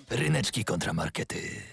Ryneczki kontramarkety.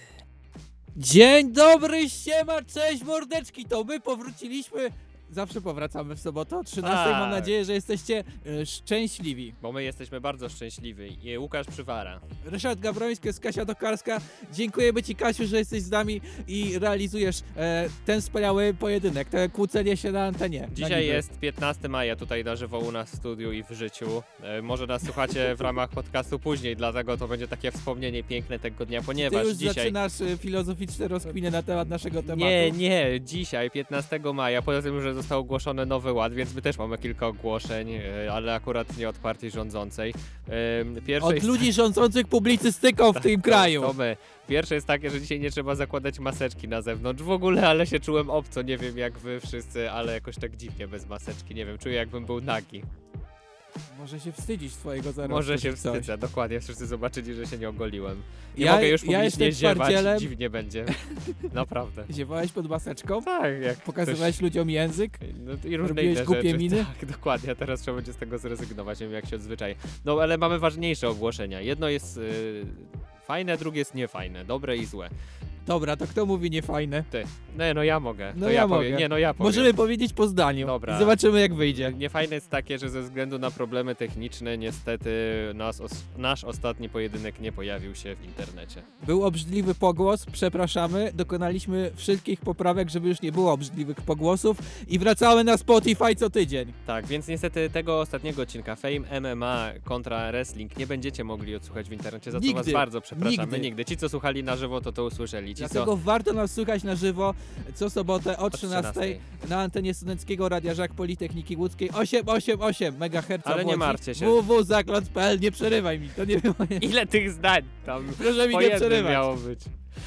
Dzień dobry, siema, cześć mordeczki, to my powróciliśmy, zawsze powracamy w sobotę o 13, mam nadzieję, że jesteście szczęśliwi. Bo my jesteśmy bardzo szczęśliwi. I Łukasz Przywara. Ryszard Gabroński z Kasia Tokarska, dziękujemy Ci, Kasiu, że jesteś z nami i realizujesz ten wspaniały pojedynek, to kłócenie się na antenie. Dzisiaj jest 15 maja tutaj na żywo u nas w studiu i w życiu. Może nas słuchacie w ramach podcastu później, dlatego to będzie takie wspomnienie piękne tego dnia, ponieważ Ty już dzisiaj... zaczynasz filozoficzne rozkminy na temat naszego tematu. Nie, dzisiaj 15 maja, poza tym, że został ogłoszony nowy ład, więc my też mamy kilka ogłoszeń, ale akurat nie od partii rządzącej. Od ludzi rządzących publicystyką w tym kraju. To my. Pierwsze jest takie, że dzisiaj nie trzeba zakładać maseczki na zewnątrz w ogóle, ale się czułem obco, nie wiem jak wy wszyscy, ale jakoś tak dziwnie bez maseczki, nie wiem, czuję jakbym był nagi. Może się wstydzić swojego zarostu. Może się czy coś. wstydzę, dokładnie, wszyscy zobaczyli, że się nie ogoliłem. Nie Ja- mogę już ja publicznie jestem ziewać, twardzielem. dziwnie będzie. Naprawdę. Ziewałeś pod maseczką? Tak, jak Pokazywałeś ludziom język? No i różne Robiłeś inne głupie rzeczy. miny? Tak, dokładnie, teraz trzeba będzie z tego zrezygnować, nie wiem jak się odzwyczaj. No ale mamy ważniejsze ogłoszenia. Jedno jest fajne, drugie jest niefajne, dobre i złe. Dobra, to kto mówi niefajne? Ty. No ja mogę. No to ja powiem. mogę. Nie, no ja powiem. Możemy powiedzieć po zdaniu. Dobra. I zobaczymy jak wyjdzie. Niefajne jest takie, że ze względu na problemy techniczne niestety nasz ostatni pojedynek nie pojawił się w internecie. Był obrzydliwy pogłos, przepraszamy. Dokonaliśmy wszystkich poprawek, żeby już nie było obrzydliwych pogłosów i wracamy na Spotify co tydzień. Tak, więc niestety tego ostatniego odcinka Fame MMA kontra Wrestling nie będziecie mogli odsłuchać w internecie, za co was Nigdy. bardzo przepraszamy. Nigdy. Ci, co słuchali na żywo, to usłyszeli. Ci, Dlatego warto nas słuchać na żywo co sobotę o 13 13. na antenie studenckiego Radia Żak Politechniki Łódzkiej 888 MHz. Ale nie martwcie się. www.zaklot.pl. Nie przerywaj mi, to nie wiem. Ile tych zdań tam Proszę mi po nie jednym przerywać. miało być.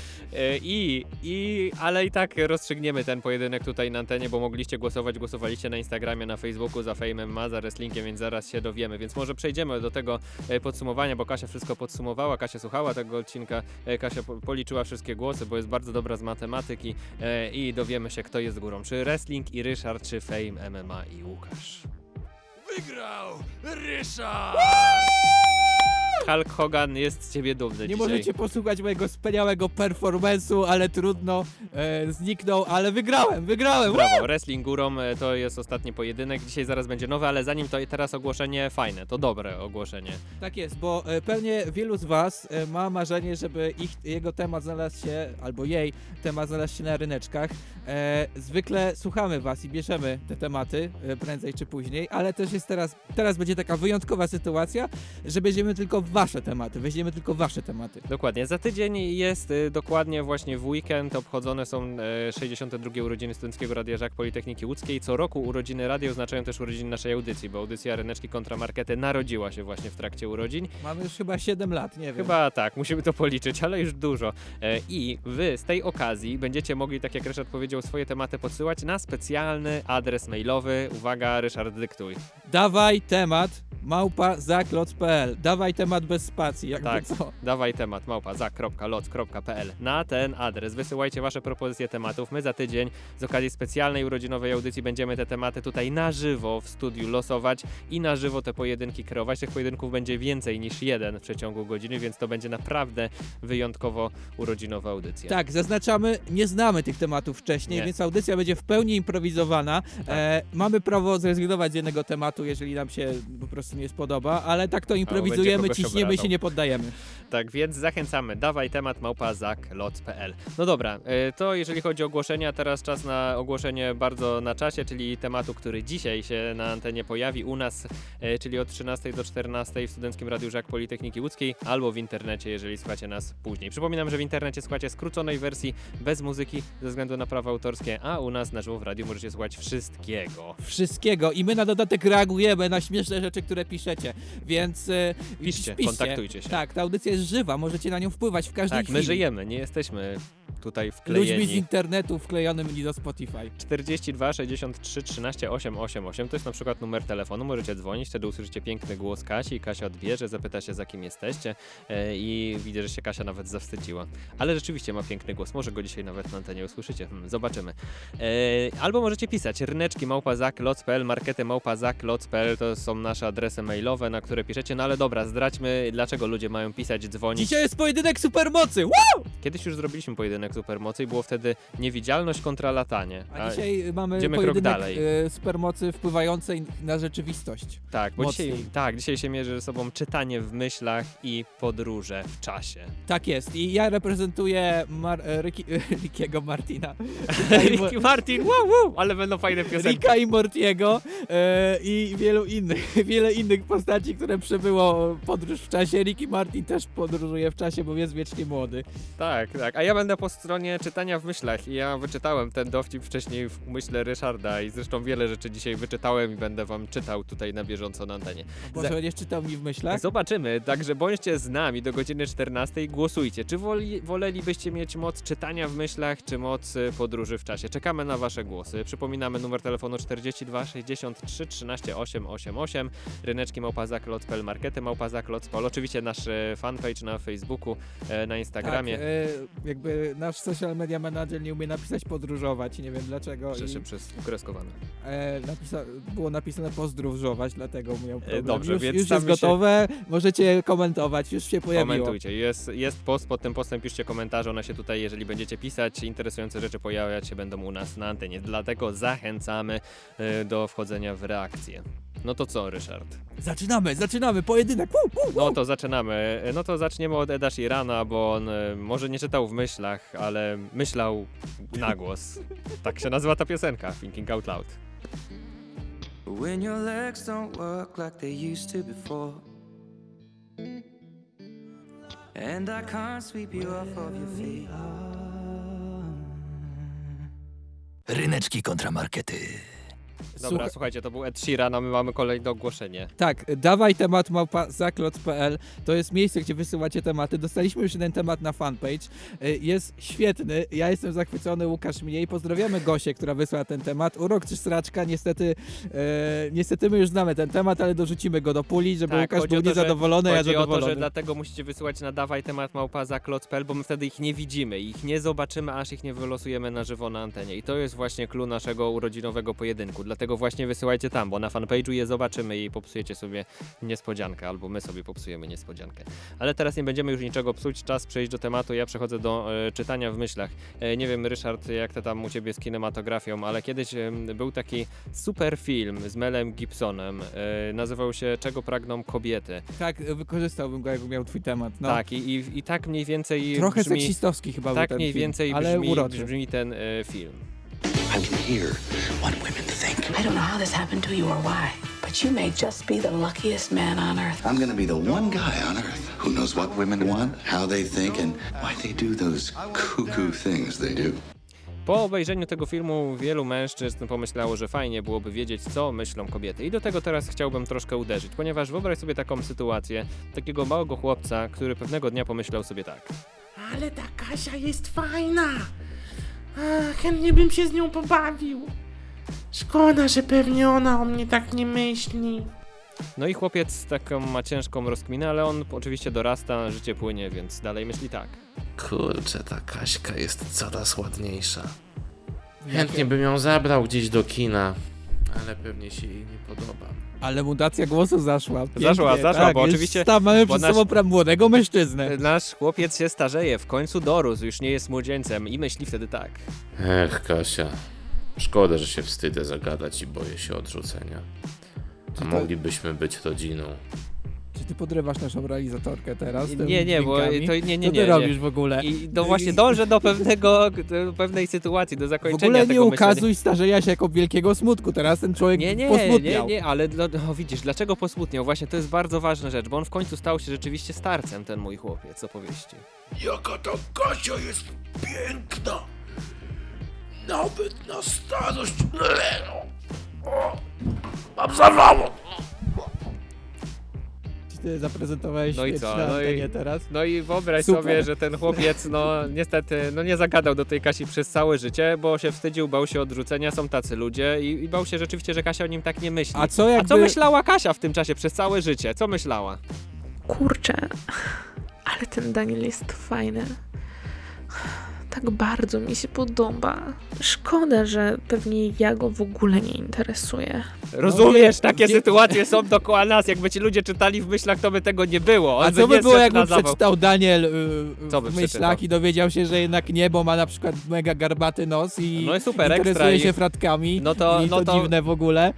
Ale i tak rozstrzygniemy ten pojedynek tutaj na antenie, bo głosowaliście na Instagramie, na Facebooku za Fame MMA, za wrestlingiem, więc zaraz się dowiemy. Więc może przejdziemy do tego podsumowania, bo Kasia wszystko podsumowała, Kasia słuchała tego odcinka, Kasia policzyła wszystkie głosy, bo jest bardzo dobra z matematyki i dowiemy się, kto jest górą. Czy wrestling i Ryszard, czy Fame MMA i Łukasz. Wygrał Ryszard! Hulk Hogan jest z ciebie dumny Nie dzisiaj. możecie posłuchać mojego wspaniałego performance'u, ale trudno, zniknął, ale wygrałem! Brawo, wrestling górą to jest ostatni pojedynek. Dzisiaj zaraz będzie nowy, ale zanim to teraz ogłoszenie fajne, to dobre ogłoszenie. Tak jest, bo pewnie wielu z was ma marzenie, żeby jego temat znalazł się, albo jej temat znalazł się na ryneczkach. Zwykle słuchamy was i bierzemy te tematy prędzej czy później, ale też jest teraz będzie taka wyjątkowa sytuacja, że weźmiemy tylko wasze tematy. Dokładnie, za tydzień jest dokładnie właśnie w weekend obchodzone są 62 urodziny Studenckiego Radia Żak Politechniki Łódzkiej. Co roku urodziny radia oznaczają też urodziny naszej audycji, bo audycja Ryneczki kontra Markety narodziła się właśnie w trakcie urodzin. Mamy już chyba 7 lat, nie wiem. Chyba tak, musimy to policzyć, ale już dużo. I wy z tej okazji będziecie mogli, tak jak Ryszard powiedział, swoje tematy podsyłać na specjalny adres mailowy. Uwaga, Ryszard, dyktuj. Dawaj temat @zaklot.pl. Dawaj temat bez spacji, jakby Tak. co. Dawaj temat @za.lot.pl. Na ten adres wysyłajcie wasze propozycje tematów. My za tydzień z okazji specjalnej urodzinowej audycji będziemy te tematy tutaj na żywo w studiu losować i na żywo te pojedynki kreować. Tych pojedynków będzie więcej niż jeden w przeciągu godziny, więc to będzie naprawdę wyjątkowo urodzinowa audycja. Tak, zaznaczamy, nie znamy tych tematów wcześniej, Nie. więc audycja będzie w pełni improwizowana. Mamy prawo zrezygnować z jednego tematu, jeżeli nam się po prostu nie spodoba, ale tak to improwizujemy, kogoś ciśniemy i obrażał. się nie poddajemy. Tak, więc zachęcamy. Dawaj temat @zaklot.pl. No dobra, to jeżeli chodzi o ogłoszenia, teraz czas na ogłoszenie bardzo na czasie, czyli tematu, który dzisiaj się na antenie pojawi u nas, czyli od 13 do 14 w Studenckim Radiu Żak Politechniki Łódzkiej albo w internecie, jeżeli słuchacie nas później. Przypominam, że w internecie słuchacie skróconej wersji bez muzyki ze względu na prawa autorskie, a u nas na żywo w radiu możecie słuchać wszystkiego. I my na dodatek reagujemy na śmieszne rzeczy, które piszecie, więc Piszcie, kontaktujcie się. Tak, ta audycja jest żywa, możecie na nią wpływać w każdej Tak, chwili. my żyjemy, nie jesteśmy tutaj wklejeni. Ludźmi z internetu wklejonymi do Spotify. 42 63 13 888 to jest na przykład numer telefonu, możecie dzwonić, wtedy usłyszycie piękny głos Kasi i Kasia odbierze, zapyta się za kim jesteście i widzę, że się Kasia nawet zawstydziła. Ale rzeczywiście ma piękny głos, może go dzisiaj nawet na antenie usłyszycie, zobaczymy. Albo możecie pisać ryneczki@zakloc.pl, markety@zakloc.pl to są nasze adresy mailowe, na które piszecie, no ale dobra, zdradźmy dlaczego ludzie mają pisać, dzwonić. Dzisiaj jest pojedynek supermocy! Woo! Kiedyś już zrobiliśmy pojedynek supermocy i było wtedy niewidzialność kontra latanie. A dzisiaj mamy idziemy krok pojedynek dalej. supermocy wpływającej na rzeczywistość. Tak, bo Mocniej. dzisiaj się mierzy ze sobą czytanie w myślach i podróże w czasie. Tak jest. I ja reprezentuję Rickiego Martina. Ricky Martin, wow, ale będą fajne piosenki. Ricka i Mortiego i wiele innych postaci, które przebyło podróż w czasie. Ricky Martin też podróżuje w czasie, bo jest wiecznie młody. Tak. A ja będę po stronie czytania w myślach i ja wyczytałem ten dowcip wcześniej w umyśle Ryszarda i zresztą wiele rzeczy dzisiaj wyczytałem i będę wam czytał tutaj na bieżąco na antenie. Może będziesz czytał mi w myślach? Zobaczymy, także bądźcie z nami do godziny 14, głosujcie. Czy wolelibyście mieć moc czytania w myślach, czy moc podróży w czasie? Czekamy na wasze głosy. Przypominamy numer telefonu 42 63 13 888, ryneczki@zakloc.pl, markety@zakloc.pl, oczywiście nasz fanpage na Facebooku, na Instagramie. Tak, jakby nasz social media manager nie umie napisać podróżować, nie wiem dlaczego. Rzeczy przez ukreskowane. Było napisane pozdróżować, dlatego miał problem. Dobrze, już więc jest stamy się- gotowe, możecie komentować, już się pojawiło. Komentujcie, jest post, pod tym postem piszcie komentarze, one się tutaj, jeżeli będziecie pisać, interesujące rzeczy pojawiać się będą u nas na antenie, dlatego zachęcamy do wchodzenia w reakcję. No to co, Ryszard? Zaczynamy, pojedynek! No to zaczynamy. No to zaczniemy od Eda Sheerana, bo on może nie czytał w myślach, ale myślał na głos. Tak się nazywa ta piosenka, Thinking Out Loud. When your legs don't work like they used to before, and I can't sweep you off of your feet. Ryneczki kontra markety. Dobra, słuchajcie, to był Ed Sheeran, a my mamy kolejne ogłoszenie. Tak, dawaj temat @zakloc.pl, to jest miejsce, gdzie wysyłacie tematy. Dostaliśmy już jeden temat na fanpage, jest świetny, ja jestem zachwycony, Łukasz mniej. Pozdrawiamy Gosię, która wysłała ten temat. Urok czy sraczka, niestety my już znamy ten temat, ale dorzucimy go do puli, żeby Tak, Łukasz chodzi był o to, niezadowolony, a ja Chodzi o to, zadowolony. że dlatego musicie wysyłać na dawaj temat @zakloc.pl, bo my wtedy ich nie widzimy, ich nie zobaczymy, aż ich nie wylosujemy na żywo na antenie. I to jest właśnie clue naszego urodzinowego pojedynku. Dlatego właśnie wysyłajcie tam, bo na fanpage'u je zobaczymy i popsujecie sobie niespodziankę, albo my sobie popsujemy niespodziankę. Ale teraz nie będziemy już niczego psuć, czas przejść do tematu, ja przechodzę do czytania w myślach. Nie wiem, Ryszard, jak to tam u ciebie z kinematografią, ale kiedyś był taki super film z Melem Gibsonem, nazywał się Czego pragną kobiety. Tak, wykorzystałbym go, jakby miał twój temat. No. Tak, i tak mniej więcej Trochę brzmi, seksistowski chyba był tak ten mniej film, więcej ale uroczy. brzmi ten film. I can hear what women think. I don't know how this happened to you or why, but you may just be the luckiest man on earth. I'm gonna be the one guy on earth who knows what women want, how they think, and why they do those cuckoo things they do. Po obejrzeniu tego filmu wielu mężczyzn pomyślało, że fajnie byłoby wiedzieć, co myślą kobiety. I do tego teraz chciałbym troszkę uderzyć, ponieważ wyobraź sobie taką sytuację takiego małego chłopca, który pewnego dnia pomyślał sobie tak. Ale ta Kasia jest fajna. Chętnie bym się z nią pobawił. Szkoda, że pewnie ona o mnie tak nie myśli. No i chłopiec taką ma ciężką rozkminę, ale on oczywiście dorasta, życie płynie, więc dalej myśli tak. Kurczę, ta Kaśka jest coraz ładniejsza. Chętnie bym ją zabrał gdzieś do kina, ale pewnie się jej nie podoba. Ale mutacja głosu zaszła. Pięknie, Zaszła, tak, bo już oczywiście- mamy bo przed nasz- sobą młodego mężczyznę. Nasz chłopiec się starzeje, w końcu dorósł, już nie jest młodzieńcem i myśli wtedy tak. Ech, Kasia. Szkoda, że się wstydzę zagadać i boję się odrzucenia. A moglibyśmy być rodziną. Czy ty podrywasz naszą realizatorkę teraz? tymi Nie, bo dźwiękami? to nie. Co ty robisz w ogóle? I to właśnie dążę do pewnej sytuacji, do W zakończenia ogóle nie tego myślenia. ukazuj starzenia się jako wielkiego smutku. Teraz ten człowiek Nie, posmutniał. ale widzisz, dlaczego posmutniał? Właśnie to jest bardzo ważna rzecz, bo on w końcu stał się rzeczywiście starcem, ten mój chłopiec, opowieści. Jaka ta Kasia jest piękna! Nawet na starość. Mam zawału! ty zaprezentowałeś No i świetnie co? na No i- antenie teraz. No i wyobraź Super. sobie, że ten chłopiec, no niestety, no nie zagadał do tej Kasi przez całe życie, bo się wstydził, bał się odrzucenia, są tacy ludzie i bał się rzeczywiście, że Kasia o nim tak nie myśli. A co jakby... A co myślała Kasia w tym czasie przez całe życie? Co myślała? Kurczę, ale ten Daniel jest fajny. Tak bardzo mi się podoba. Szkoda, że pewnie ja go w ogóle nie interesuję. Rozumiesz, takie wie- sytuacje są dookoła nas. Jakby ci ludzie czytali w myślach, to by tego nie było. On A co by nie było, szedł jakby na zawał. przeczytał Daniel Co by w myślach przeczytał? i dowiedział się, że jednak nie, bo ma na przykład mega garbaty nos i No i super, interesuje ekstra. się fratkami No to- i no to- dziwne w ogóle.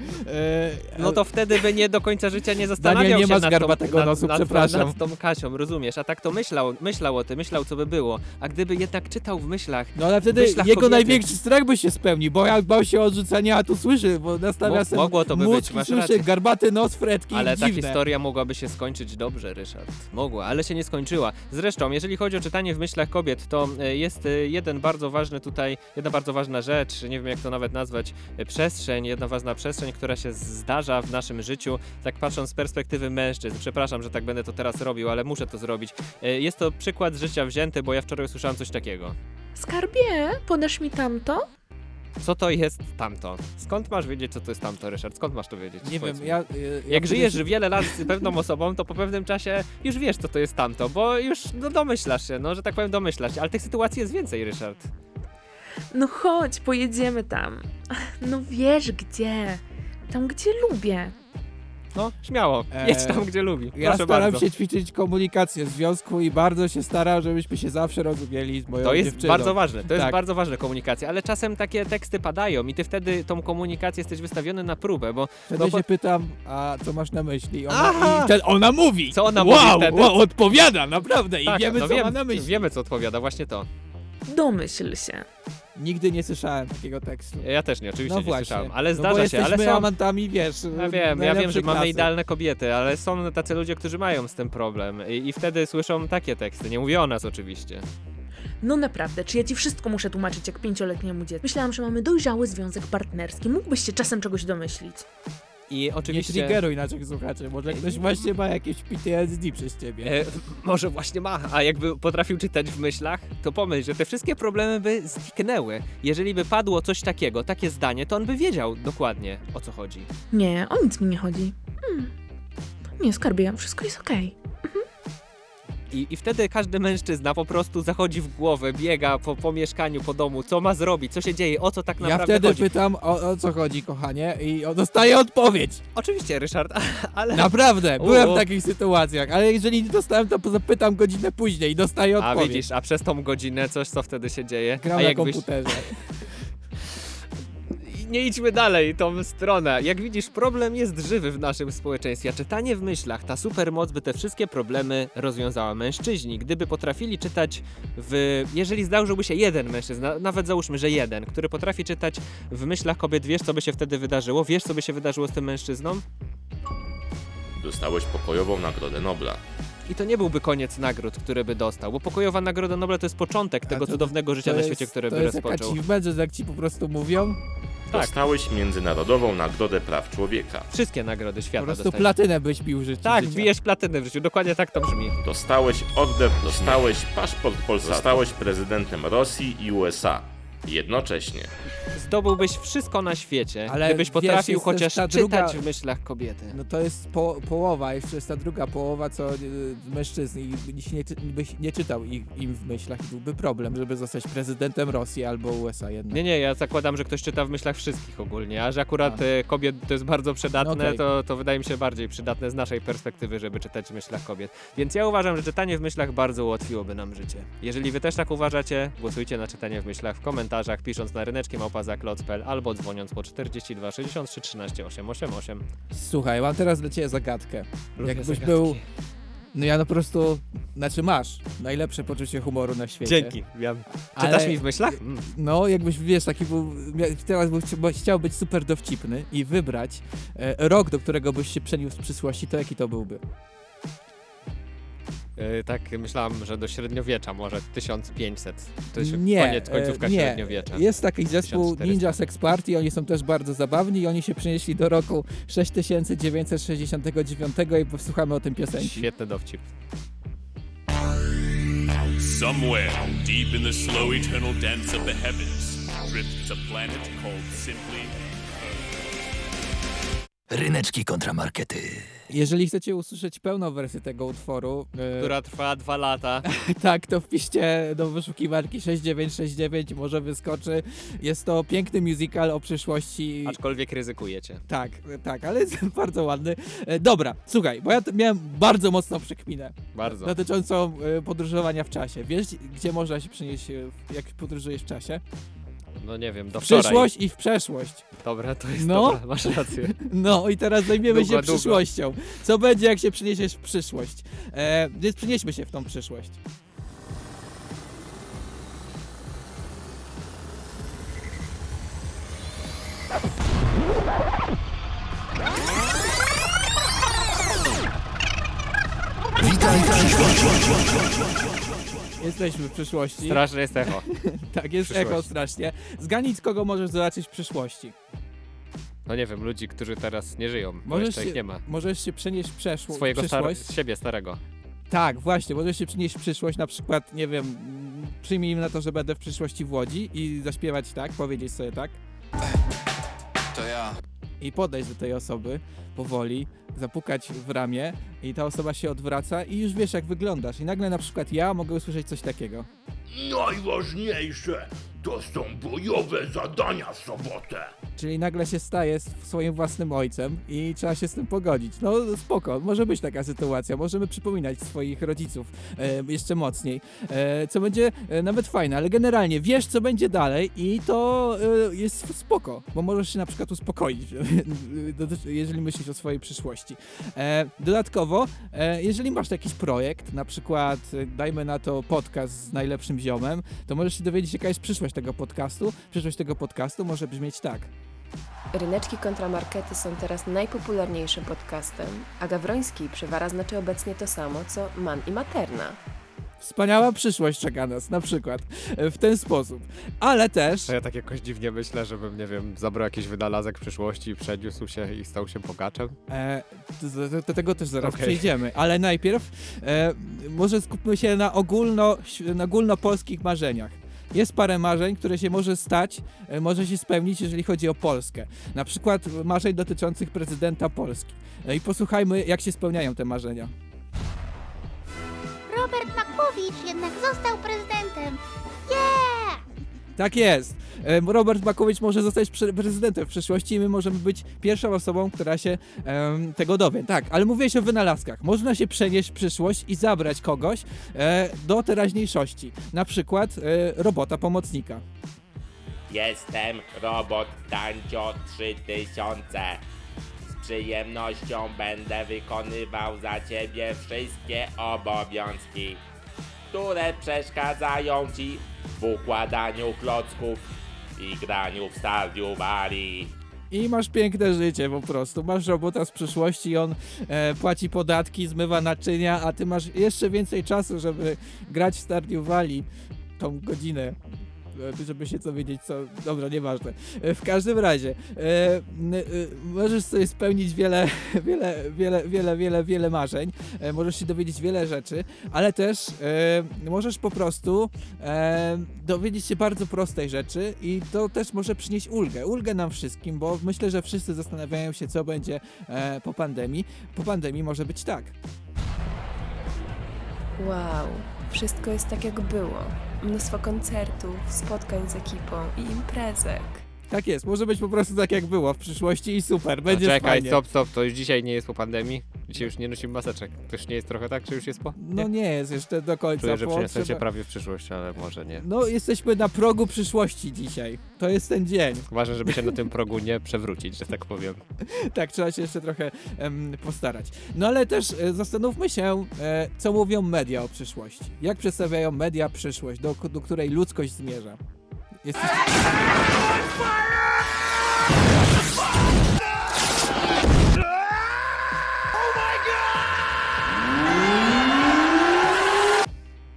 No to wtedy by nie do końca życia nie zastanawiał Daniel nie się ma z nad garbatego tą, nosu, nad, przepraszam. nad tą Kasią, rozumiesz? A tak to myślał o tym, myślał co by było. A gdyby jednak czytał w myślach, No ale wtedy myślach jego kobiety. największy strach by się spełnił, bo jak bał się odrzucenia, a tu słyszy, bo nastawia sobie mogło to by mózg być, i masz słyszy rację. garbaty nos, fretki ale ta dziwne. historia mogłaby się skończyć dobrze, Ryszard. Mogła, ale się nie skończyła. Zresztą, jeżeli chodzi o czytanie w myślach kobiet, to jest jedna bardzo ważna rzecz, nie wiem jak to nawet nazwać, jedna ważna przestrzeń, która się zdarza w naszym życiu, tak patrząc z perspektywy mężczyzn. Przepraszam, że tak będę to teraz robił, ale muszę to zrobić. Jest to przykład z życia wzięty, bo ja wczoraj usłyszałem coś takiego. Skarbie, podasz mi tamto? Co to jest tamto? Skąd masz wiedzieć, co to jest tamto, Ryszard? Skąd masz to wiedzieć? Nie Powiedz wiem, mi. ja Jak żyjesz wiele lat z pewną osobą, to po pewnym czasie już wiesz, co to jest tamto, bo już domyślasz się, że tak powiem domyślasz się, ale tych sytuacji jest więcej, Ryszard. No chodź, pojedziemy tam. No wiesz gdzie. Tam gdzie lubię. No, śmiało, jedź tam, gdzie lubi. Ja Proszę staram bardzo. się ćwiczyć komunikację w związku i bardzo się staram, żebyśmy się zawsze rozumieli z moją To jest dziewczyną. bardzo ważne, to jest Tak. bardzo ważna komunikacja, ale czasem takie teksty padają i ty wtedy tą komunikację jesteś wystawiony na próbę, bo Wtedy bo- się pytam, a co masz na myśli? Aha! Ona mówi! Co ona wow, mówi wtedy? Wow, odpowiada, naprawdę, tak, i wiemy, no co ma na myśli. wiemy, co odpowiada, właśnie to. Domyśl się. Nigdy nie słyszałem takiego tekstu. Ja też nie, oczywiście No nie właśnie. słyszałem, ale No bo zdarza się, ale jesteśmy są... amantami, wiesz, Ja wiem, najlepszej że mamy klasy. idealne kobiety, ale są tacy ludzie, którzy mają z tym problem i wtedy słyszą takie teksty. Nie mówię o nas oczywiście. No naprawdę, czy ja ci wszystko muszę tłumaczyć jak 5-letniemu dziecku? Myślałam, że mamy dojrzały związek partnerski. Mógłbyś się czasem czegoś domyślić. I Nie oczywiście... triggeruj naszych słuchaczy, może ktoś właśnie ma jakieś PTSD przez ciebie. Może właśnie ma, a jakby potrafił czytać w myślach, to pomyśl, że te wszystkie problemy by zniknęły. Jeżeli by padło coś takiego, takie zdanie, to on by wiedział dokładnie, o co chodzi. Nie, o nic mi nie chodzi. Nie, skarbie, wszystko jest okej. I wtedy każdy mężczyzna po prostu zachodzi w głowę, biega po mieszkaniu, po domu, co ma zrobić, co się dzieje, o co tak Ja naprawdę wtedy chodzi. pytam, o co chodzi, kochanie, i dostaję odpowiedź. Oczywiście, Ryszard, ale... Naprawdę, byłem U. w takich sytuacjach, ale jeżeli nie dostałem, to zapytam godzinę później i dostaję A odpowiedź. widzisz, a przez tą godzinę coś, co wtedy się dzieje? Gram a na jakbyś... komputerze. Nie idźmy dalej tą stronę. Jak widzisz, problem jest żywy w naszym społeczeństwie, a czytanie w myślach, ta supermoc by te wszystkie problemy rozwiązała. Mężczyźni, gdyby potrafili czytać jeżeli zdarzyłby się jeden mężczyzna, nawet załóżmy, że jeden, który potrafi czytać w myślach kobiet, wiesz, co by się wtedy wydarzyło? Wiesz, co by się wydarzyło z tym mężczyzną? Dostałeś pokojową Nagrodę Nobla. I to nie byłby koniec nagród, które by dostał, bo pokojowa Nagroda Nobla to jest początek tego to- cudownego życia na świecie, które by To jest jak rozpoczął. achievement, że jak ci po prostu mówią, Tak. Dostałeś Międzynarodową Nagrodę Praw Człowieka. Wszystkie nagrody po świata prostu dostajesz. platynę byś bił życie. Tak, bijesz platynę w życiu, dokładnie tak to brzmi. Dostałeś order, dostałeś paszport Polsatu. Zostałeś prezydentem Rosji i USA. Jednocześnie. Zdobyłbyś wszystko na świecie, Ale gdybyś wiesz, potrafił jest też chociaż ta czytać druga- w myślach kobiety. No to jest połowa, jeszcze jest ta druga połowa, co mężczyzn i byś nie czytał im w myślach i byłby problem, żeby zostać prezydentem Rosji albo USA jednak. Nie, ja zakładam, że ktoś czyta w myślach wszystkich ogólnie, a że akurat kobiet to jest bardzo przydatne, No okej. to wydaje mi się bardziej przydatne z naszej perspektywy, żeby czytać w myślach kobiet. Więc ja uważam, że czytanie w myślach bardzo ułatwiłoby nam życie. Jeżeli wy też tak uważacie, głosujcie na czytanie w myślach w komentarzach, pisząc na ryneczki@zakloc.pl albo dzwoniąc po 42 63 13 888. Słuchaj, mam teraz dla ciebie zagadkę. Lubię Jakbyś zagadki. był... No ja no po prostu... Znaczy masz najlepsze poczucie humoru na świecie. Dzięki, czytasz mi w myślach? No, jakbyś, wiesz, taki był... Teraz chciał być super dowcipny i wybrać rok, do którego byś się przeniósł w przyszłości, to jaki to byłby? Tak myślałem, że do średniowiecza, może 1500. To jest końcówka nie. średniowiecza. Jest taki zespół 1400. Ninja Sex Party, oni są też bardzo zabawni i oni się przenieśli do roku 6969 i posłuchamy o tym piosenki. Świetny dowcip. Somewhere deep in the slow eternal dance of the heavens drifts a planet called simply Ryneczki kontramarkety. Jeżeli chcecie usłyszeć pełną wersję tego utworu, Która trwa 2 lata. tak, to wpiszcie do wyszukiwarki 6969, może wyskoczy. Jest to piękny musical o przyszłości. Aczkolwiek ryzykujecie. Tak, ale jest bardzo ładny. Dobra, słuchaj, bo ja miałem bardzo mocną przekminę. Bardzo. Dotyczącą podróżowania w czasie. Wiesz, gdzie można się przenieść, jak podróżujesz w czasie? No nie wiem, do W wczoraj. przyszłość i w przeszłość. Dobra, to jest No. dobra, masz rację. No i teraz zajmiemy się Długo. przyszłością. Co będzie, jak się przeniesiesz w przyszłość? Więc przenieśmy się w tą przyszłość. Witaj w przyszłości. Jesteśmy w przyszłości. Straszne jest echo. Tak, jest Przyszłość. echo strasznie. Zgadnij, kogo możesz zobaczyć w przyszłości. No nie wiem, ludzi, którzy teraz nie żyją, bo jeszcze ich nie ma. Możesz się przenieść w Swojego przyszłość. siebie starego. Tak, właśnie, możesz się przenieść w przyszłość, na przykład, nie wiem, przyjmijmy na to, że będę w przyszłości w Łodzi i zaśpiewać tak, powiedzieć sobie tak. To ja. I podejść do tej osoby powoli, zapukać w ramię i ta osoba się odwraca i już wiesz, jak wyglądasz. I nagle na przykład ja mogę usłyszeć coś takiego. Najważniejsze to są bojowe zadania w sobotę. Czyli nagle się staje swoim własnym ojcem i trzeba się z tym pogodzić. No spoko, może być taka sytuacja, możemy przypominać swoich rodziców jeszcze mocniej, co będzie nawet fajne, ale generalnie wiesz, co będzie dalej i to jest spoko, bo możesz się na przykład uspokoić, jeżeli myślisz o swojej przyszłości. Dodatkowo, jeżeli masz jakiś projekt, na przykład dajmy na to podcast z najlepszym ziomem, to możesz się dowiedzieć, jaka jest przyszłość tego podcastu. Przyszłość tego podcastu może brzmieć tak. Ryneczki kontramarkety są teraz najpopularniejszym podcastem, a Gawroński przywara znaczy obecnie to samo, co man i materna. Wspaniała przyszłość czeka nas, na przykład, w ten sposób. Ale też... To ja tak jakoś dziwnie myślę, żebym, nie wiem, zabrał jakiś wynalazek w przyszłości, przeniósł się i stał się bogaczem. Do tego też zaraz przejdziemy, ale najpierw może skupmy się na ogólnopolskich marzeniach. Jest parę marzeń, które się może się spełnić, jeżeli chodzi o Polskę. Na przykład marzeń dotyczących prezydenta Polski. I posłuchajmy, jak się spełniają te marzenia. Robert Makłowicz jednak został prezydentem. Yeah! Tak jest. Robert Makłowicz może zostać prezydentem w przyszłości i my możemy być pierwszą osobą, która się tego dowie. Tak, ale mówiłeś o wynalazkach. Można się przenieść w przyszłość i zabrać kogoś do teraźniejszości. Na przykład robota pomocnika. Jestem robot Dancio 3000. Z przyjemnością będę wykonywał za ciebie wszystkie obowiązki, które przeszkadzają ci w układaniu klocków i graniu w Stardew Valley. I masz piękne życie po prostu. Masz robota z przyszłości, on płaci podatki, zmywa naczynia, a ty masz jeszcze więcej czasu, żeby grać w Stardew Valley tą godzinę. Żeby się dowiedzieć, co... Dobra, nieważne. W każdym razie możesz sobie spełnić wiele marzeń, możesz się dowiedzieć wiele rzeczy, ale też możesz po prostu dowiedzieć się bardzo prostej rzeczy i to też może przynieść ulgę nam wszystkim, bo myślę, że wszyscy zastanawiają się, co będzie po pandemii. Po pandemii może być tak. Wow, wszystko jest tak jak było. Mnóstwo koncertów, spotkań z ekipą i imprezek. Tak jest, może być po prostu tak jak było w przyszłości i super, będzie czekaj, fajnie. stop, to już dzisiaj nie jest po pandemii? Dzisiaj już nie nosimy maseczek. To już nie jest trochę tak, czy już jest po? No nie jest jeszcze do końca. Czuję, że przeniosłem się prawie w przyszłość, ale może nie. No jesteśmy na progu przyszłości dzisiaj. To jest ten dzień. Ważne, żeby się na tym progu nie przewrócić, że tak powiem. Tak, trzeba się jeszcze trochę postarać. No ale też zastanówmy się, co mówią media o przyszłości. Jak przedstawiają media przyszłość, do której ludzkość zmierza.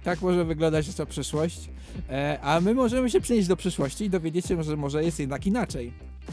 Tak może wyglądać nasza przyszłość, a my możemy się przenieść do przyszłości i dowiedzieć się, że może jest jednak inaczej.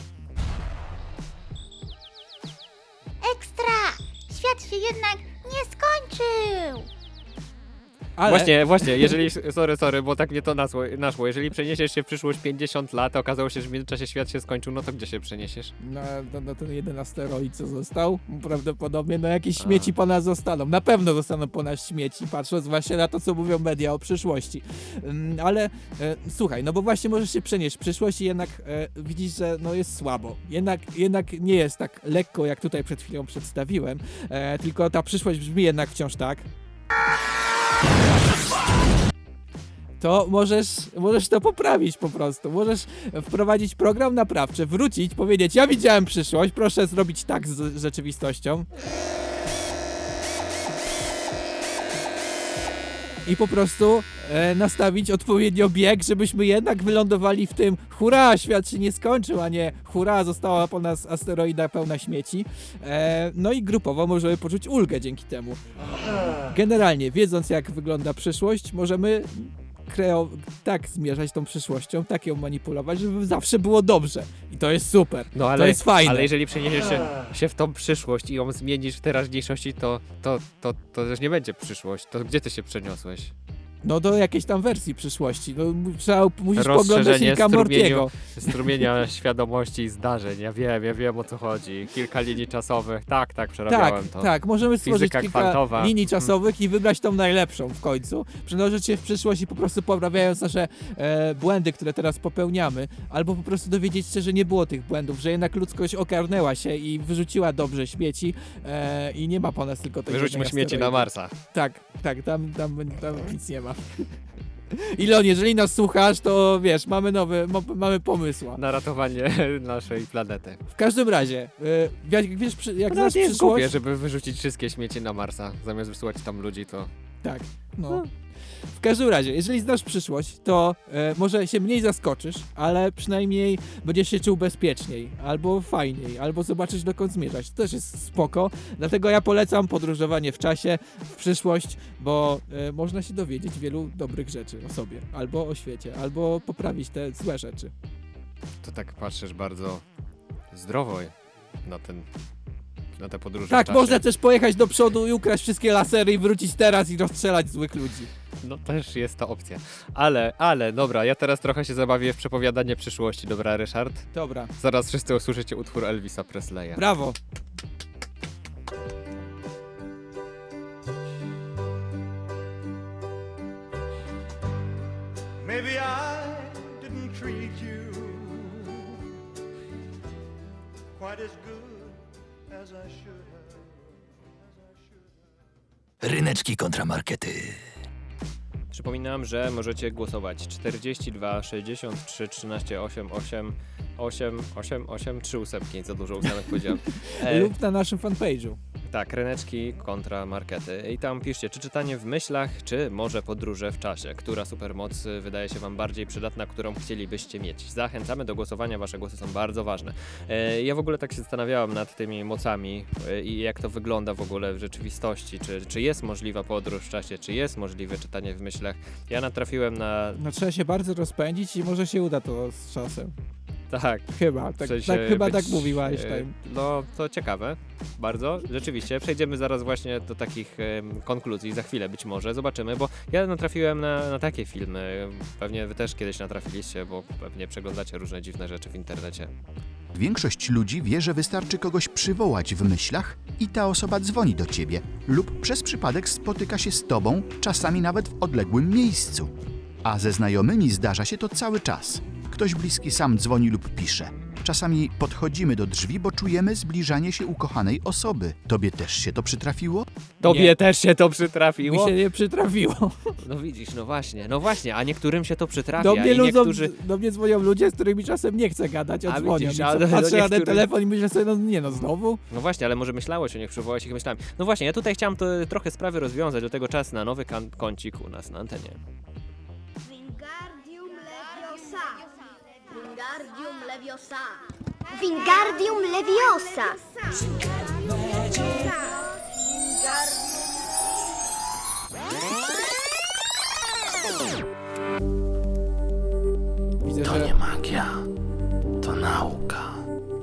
Ekstra! Świat się jednak nie skończył! Ale... Właśnie, jeżeli, sorry, bo tak mnie to naszło, jeżeli przeniesiesz się w przyszłość 50 lat, a okazało się, że w międzyczasie świat się skończył, no to gdzie się przeniesiesz? Na ten jeden asteroid, co został, prawdopodobnie, no jakieś śmieci po nas zostaną, na pewno zostaną po nas śmieci, patrząc właśnie na to, co mówią media o przyszłości. Ale słuchaj, no bo właśnie możesz się przenieść w przyszłość i jednak widzisz, że no jest słabo. Jednak nie jest tak lekko, jak tutaj przed chwilą przedstawiłem, tylko ta przyszłość brzmi jednak wciąż tak. To możesz to poprawić po prostu. Możesz wprowadzić program naprawczy, wrócić, powiedzieć: ja widziałem przyszłość, proszę zrobić tak z rzeczywistością. I po prostu nastawić odpowiednio bieg, żebyśmy jednak wylądowali w tym: hurra, świat się nie skończył, a nie hurra, została po nas asteroida pełna śmieci. No i grupowo możemy poczuć ulgę dzięki temu. Generalnie, wiedząc jak wygląda przyszłość, możemy tak zmierzać tą przyszłością, tak ją manipulować, żeby zawsze było dobrze. I to jest super. No, ale, to jest fajne. Ale jeżeli przeniesiesz się w tą przyszłość i ją zmienisz w teraźniejszości, to też nie będzie przyszłość. To gdzie ty się przeniosłeś? No do jakiejś tam wersji przyszłości. No, musisz poglądać Ricka Mortiego. Strumienia świadomości i zdarzeń. Ja wiem o co chodzi. Kilka linii czasowych. Tak, przerabiałem to. Tak, możemy stworzyć kilka kwantowa. linii czasowych i wybrać tą najlepszą w końcu. Przenosić się w przyszłość i po prostu poprawiając nasze błędy, które teraz popełniamy. Albo po prostu dowiedzieć się, że nie było tych błędów, że jednak ludzkość ogarnęła się i wyrzuciła dobrze śmieci i nie ma po nas tylko tej Wyrzućmy śmieci na Marsa. Tak, tam nic nie ma. Ilon, jeżeli nas słuchasz, to wiesz, mamy pomysł. Na ratowanie naszej planety. W każdym razie, wiesz, jak znasz nie jest przyszłość... głupie, żeby wyrzucić wszystkie śmieci na Marsa, zamiast wysyłać tam ludzi, to... Tak, no. W każdym razie, jeżeli znasz przyszłość, to może się mniej zaskoczysz, ale przynajmniej będziesz się czuł bezpieczniej, albo fajniej, albo zobaczysz dokąd zmierzać. To też jest spoko, dlatego ja polecam podróżowanie w czasie, w przyszłość, bo można się dowiedzieć wielu dobrych rzeczy o sobie, albo o świecie, albo poprawić te złe rzeczy. To tak patrzysz bardzo zdrowo na te podróże Tak, w czasie. można też pojechać do przodu i ukraść wszystkie lasery i wrócić teraz i rozstrzelać złych ludzi. No też jest to opcja. Ale, dobra, ja teraz trochę się zabawię w przepowiadanie przyszłości, dobra, Ryszard? Dobra. Zaraz wszyscy usłyszycie utwór Elvisa Presleya. Brawo! Maybe I didn't treat you quite as good as I should have. Ryneczki kontramarkety. Przypominam, że możecie głosować 42 63 13 8 3 ósemki, za dużo ósemek powiedziałem. Lub na naszym fanpage'u. Tak, Ryneczki kontra markety. I tam piszcie, czy czytanie w myślach, czy może podróże w czasie. Która supermoc wydaje się wam bardziej przydatna, którą chcielibyście mieć. Zachęcamy do głosowania, wasze głosy są bardzo ważne. Ja w ogóle tak się zastanawiałem nad tymi mocami i jak to wygląda w ogóle w rzeczywistości. Czy jest możliwa podróż w czasie, czy jest możliwe czytanie w myślach. Ja natrafiłem na... No trzeba się bardzo rozpędzić i może się uda to z czasem. Tak. Chyba, tak mówiła Einstein. No, to ciekawe, bardzo, rzeczywiście. Przejdziemy zaraz właśnie do takich konkluzji, za chwilę być może, zobaczymy, bo ja natrafiłem na takie filmy, pewnie wy też kiedyś natrafiliście, bo pewnie przeglądacie różne dziwne rzeczy w internecie. Większość ludzi wie, że wystarczy kogoś przywołać w myślach i ta osoba dzwoni do ciebie lub przez przypadek spotyka się z tobą, czasami nawet w odległym miejscu. A ze znajomymi zdarza się to cały czas. Ktoś bliski sam dzwoni lub pisze. Czasami podchodzimy do drzwi, bo czujemy zbliżanie się ukochanej osoby. Tobie też się to przytrafiło? Tobie też się to przytrafiło? Mi się nie przytrafiło. No widzisz, no właśnie, a niektórym się to przytrafia. Do mnie dzwonią ludzie, z którymi czasem nie chcę gadać, a dzwonią. Widzisz, patrzę na ten telefon i myślę sobie, znowu? No właśnie, ale może myślałeś o nich, przywołałeś ich myślami. No właśnie, ja tutaj chciałem to trochę sprawy rozwiązać, do tego czas na nowy kącik u nas na antenie. Wingardium Leviosa. Wingardium Leviosa. Widzę, To że... nie magia, to nauka.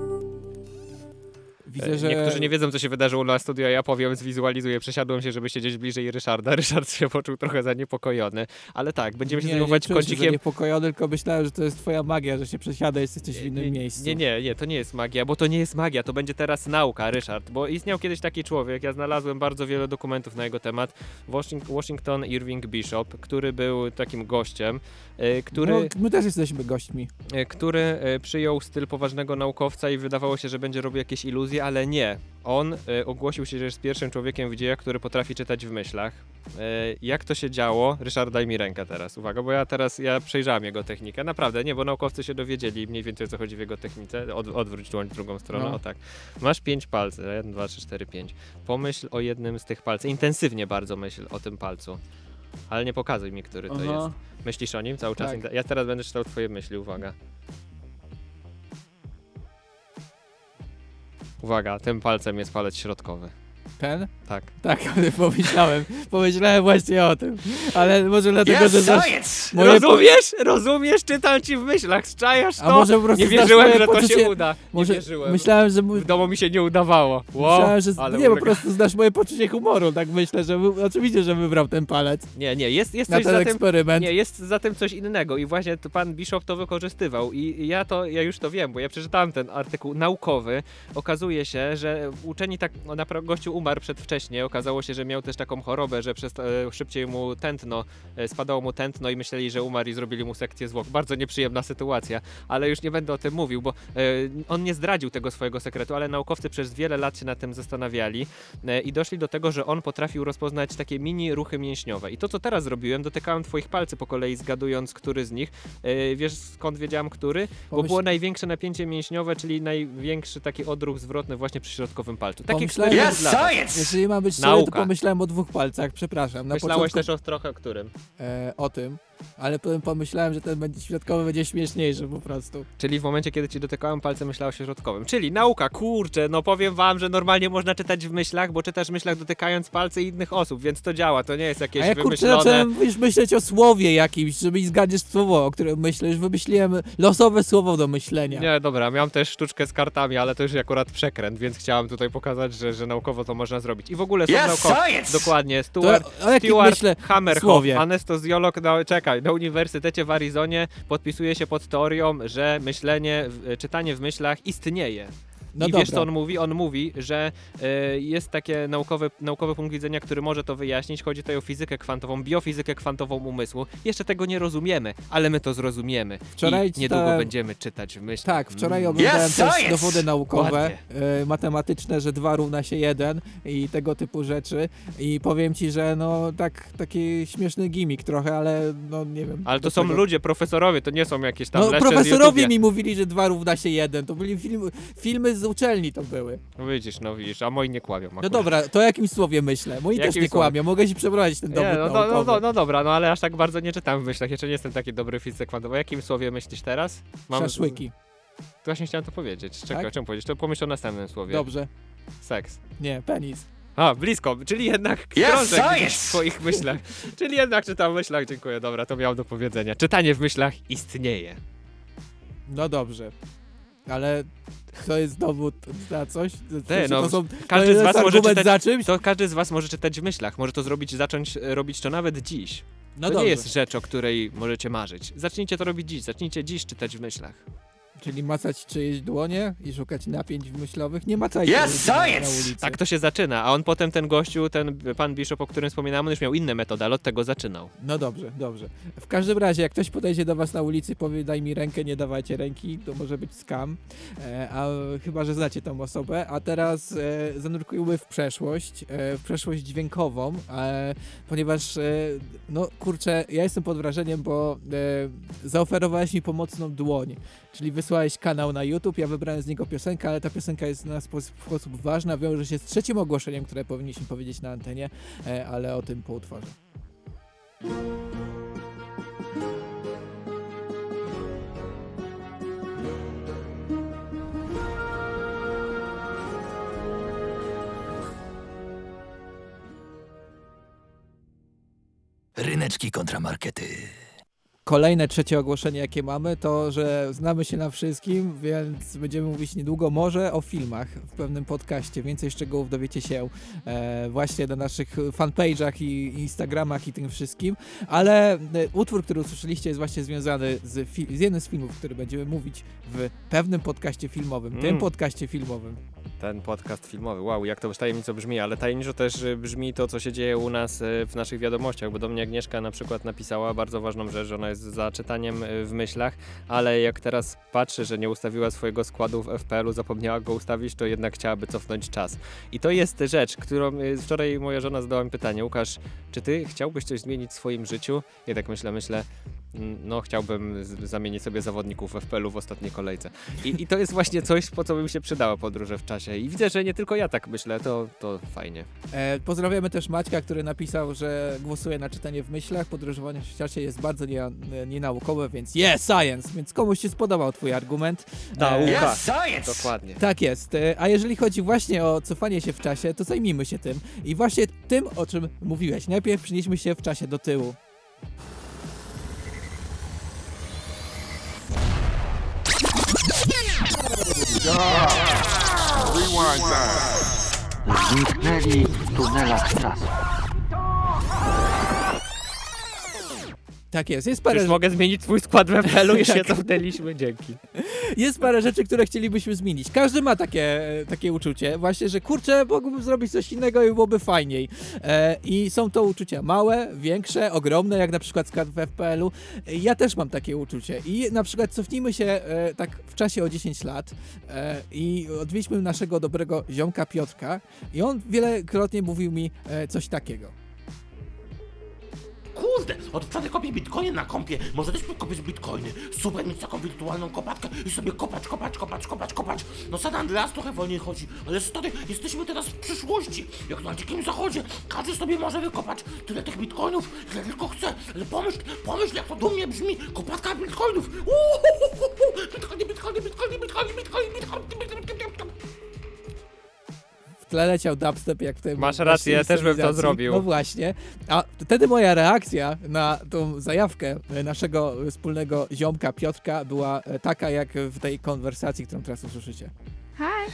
Widzę, że... Niektórzy nie wiedzą, co się wydarzyło na studiu, a ja powiem, zwizualizuję, przesiadłem się, żeby siedzieć bliżej Ryszarda. Ryszard się poczuł trochę zaniepokojony, ale tak, będziemy się zajmować czuję się kącikiem... zaniepokojony, tylko myślałem, że to jest twoja magia, że się przesiada, jesteś w innym miejscu. Nie, to nie jest magia, bo to nie jest magia, to będzie teraz nauka, Ryszard, bo istniał kiedyś taki człowiek, ja znalazłem bardzo wiele dokumentów na jego temat, Washington Irving Bishop, który był takim gościem, który... No, my też jesteśmy gośćmi. Który przyjął styl poważnego naukowca i wydawało się, że będzie robił jakieś iluzje, ale nie. On ogłosił się, że jest pierwszym człowiekiem w dziejach, który potrafi czytać w myślach. Jak to się działo? Ryszard, daj mi rękę teraz, uwaga, bo ja przejrzałem jego technikę. Naprawdę, nie, bo naukowcy się dowiedzieli mniej więcej, o co chodzi w jego technice. Odwróć dłoń w drugą stronę, No. o tak. Masz 5 palców, 1, 2, 3, 4, 5. Pomyśl o jednym z tych palców, intensywnie bardzo myśl o tym palcu. Ale nie pokazuj mi, który to jest. Myślisz o nim cały czas? Tak. Ja teraz będę czytał twoje myśli, uwaga. Uwaga, tym palcem jest palec środkowy. Ten? Tak. Tak, ale pomyślałem właśnie o tym. Ale może dlatego, że Rozumiesz? Czytam ci w myślach, strzajasz to? A może po prostu nie znasz wierzyłem, moje że to poczucie- się uda. może Nie wierzyłem. myślałem, że... W domu mi się nie udawało. Wow, Myślałem, że... ale Nie, po ulega. prostu znasz moje poczucie humoru, tak myślę, że oczywiście, że wybrał ten palec Nie, jest na coś ten za tym... eksperyment. Nie, jest za tym coś innego i właśnie to pan Bishop to wykorzystywał i ja już to wiem, bo ja przeczytałem ten artykuł naukowy. Okazuje się, że uczeni gościu umarł przedwcześnie, okazało się, że miał też taką chorobę, że szybciej mu spadało mu tętno i myśleli, że umarł i zrobili mu sekcję zwłok. Bardzo nieprzyjemna sytuacja, ale już nie będę o tym mówił, bo on nie zdradził tego swojego sekretu, ale naukowcy przez wiele lat się nad tym zastanawiali i doszli do tego, że on potrafił rozpoznać takie mini ruchy mięśniowe. I to, co teraz zrobiłem, dotykałem twoich palców po kolei, zgadując, który z nich. Wiesz, skąd wiedziałem, który? Bo było największe napięcie mięśniowe, czyli największy taki odruch zwrotny właśnie przy środkowym palcu. Tak Pomyślałem, eksperyment. jeżeli ma być szczery, to Nauka. pomyślałem o 2 palcach, przepraszam. Na Myślałeś początku, też trochę o którym? o tym, ale potem pomyślałem, że ten środkowy będzie śmieszniejszy po prostu. Czyli w momencie, kiedy ci dotykałem palcem, myślałeś o środkowym. Czyli nauka, kurczę, no powiem wam, że normalnie można czytać w myślach, bo czytasz w myślach dotykając palce innych osób, więc to działa, to nie jest jakieś A ja kurczę wymyślone... zacząłem już myśleć o słowie jakimś, żeby zgadniesz słowo, o którym myślę. Już wymyśliłem losowe słowo do myślenia. Nie, dobra, miałem też sztuczkę z kartami, ale to już akurat przekręt, więc chciałem tutaj pokazać, że naukowo to można zrobić. I w ogóle są naukowcy. Dokładnie, Stuart Hammerhoff, słowie? anestezjolog na Uniwersytecie w Arizonie, podpisuje się pod teorią, że czytanie w myślach istnieje. No I dobra. wiesz, co on mówi? On mówi, że jest takie naukowy punkt widzenia, który może to wyjaśnić. Chodzi tutaj o fizykę kwantową, biofizykę kwantową umysłu. Jeszcze tego nie rozumiemy, ale my to zrozumiemy. Wczoraj I niedługo będziemy czytać w myślach. Tak, wczoraj oglądałem też dowody naukowe, matematyczne, że 2 równa się 1 i tego typu rzeczy. I powiem ci, że no taki śmieszny gimmick trochę, ale no nie wiem. Ale to są ludzie, profesorowie, to nie są jakieś tam No leszcze z profesorowie YouTubie. mi mówili, że 2 równa się 1. To byli filmy z uczelni to były. No widzisz, a moi nie kłamią akurat. No dobra, to o jakimś słowie myślę. Moi też nie kłamią, mogę ci przeprowadzić ten dowód naukowy. No dobra, no ale aż tak bardzo nie czytam w myślach, jeszcze nie jestem taki dobry w fizyce kwantowej. O jakim słowie myślisz teraz? Szaszłyki. To właśnie chciałem to powiedzieć. Czekaj, Tak? czemu powiedzieć? To pomyśl o następnym słowie. Dobrze. Seks. Nie, penis. A, blisko, czyli jednak krążek gdzieś w twoich myślach. Czyli jednak czytam w myślach, dziękuję, dobra, to miałem do powiedzenia. Czytanie w myślach istnieje. No dobrze. Ale to jest dowód na coś? Każdy z was może czytać, za czymś? to każdy z was może czytać w myślach. Może to zacząć robić to nawet dziś. No to dobrze. nie jest rzecz, o której możecie marzyć. Zacznijcie to robić dziś. Zacznijcie dziś czytać w myślach. Czyli macać czyjeś dłonie i szukać napięć myślowych? Nie macajcie na ulicy. Tak to się zaczyna, a on potem ten gościu, ten pan Bishop, o którym wspominałem, on już miał inne metody, ale od tego zaczynał. No dobrze. W każdym razie, jak ktoś podejdzie do was na ulicy i powie daj mi rękę, nie dawajcie ręki, to może być scam, chyba że znacie tą osobę. A teraz zanurkujemy w przeszłość dźwiękową, ponieważ no kurczę, ja jestem pod wrażeniem, bo zaoferowałeś mi pomocną dłoń, czyli wysłałeś kanał na YouTube, ja wybrałem z niego piosenkę, ale ta piosenka jest na sposób ważna, wiąże się z trzecim ogłoszeniem, które powinniśmy powiedzieć na antenie, ale o tym po utworze. Ryneczki kontramarkety. Kolejne trzecie ogłoszenie, jakie mamy, to, że znamy się na wszystkim, więc będziemy mówić niedługo może o filmach w pewnym podcaście. Więcej szczegółów dowiecie się właśnie na naszych fanpage'ach i Instagramach i tym wszystkim. Ale utwór, który usłyszeliście, jest właśnie związany z jednym z filmów, który będziemy mówić w pewnym podcaście filmowym. Tym podcaście filmowym. Ten podcast filmowy, wow, jak to już tajemniczo brzmi, ale tajemniczo też brzmi to, co się dzieje u nas w naszych wiadomościach, bo do mnie Agnieszka na przykład napisała bardzo ważną rzecz, że ona jest za czytaniem w myślach, ale jak teraz patrzy, że nie ustawiła swojego składu w FPL-u, zapomniała go ustawić, to jednak chciałaby cofnąć czas. I to jest rzecz, którą wczoraj moja żona zadała mi pytanie: Łukasz, czy ty chciałbyś coś zmienić w swoim życiu? Ja tak myślę, no chciałbym zamienić sobie zawodników w FPL-u w ostatniej kolejce. I to jest właśnie coś, po co by mi się przydała podróże w czasie. I widzę, że nie tylko ja tak myślę, to fajnie. Pozdrawiamy też Maćka, który napisał, że głosuje na czytanie w myślach. Podróżowanie w czasie jest bardzo nienaukowe, więc science! Więc komuś się spodobał twój argument. Nauka! Science! Dokładnie. Tak jest. A jeżeli chodzi właśnie o cofanie się w czasie, to zajmijmy się tym. I właśnie tym, o czym mówiłeś. Najpierw przenieśmy się w czasie do tyłu. Zniknęli w tunelach czasu. Tak jest parę... Już mogę zmienić twój skład w FPL-u, już się cofnęliśmy, dzięki. Jest parę rzeczy, które chcielibyśmy zmienić. Każdy ma takie uczucie, właśnie, że kurczę, mógłbym zrobić coś innego i byłoby fajniej. I są to uczucia małe, większe, ogromne, jak na przykład skład w FPL-u. Ja też mam takie uczucie. I na przykład cofnijmy się tak w czasie o 10 lat i odwiedźmy naszego dobrego ziomka Piotrka i on wielokrotnie mówił mi coś takiego. Kurde, od wczoraj kopię bitcoiny na kompie. Może też kopiesz bitcoiny. Super mieć taką wirtualną kopatkę i sobie kopać. No San Andreas trochę wolniej chodzi, ale stary, jesteśmy teraz w przyszłości. Jak na dzikim zachodzie. Każdy sobie może wykopać tyle tych bitcoinów, ile tylko chce. Ale pomyśl jak to dumnie brzmi. Kopatka bitcoinów. Bitcoiny. W tle leciał dubstep, jak w tym... Masz rację, ja też bym to zrobił. No właśnie. A wtedy moja reakcja na tą zajawkę naszego wspólnego ziomka Piotrka była taka, jak w tej konwersacji, którą teraz usłyszycie. Hi.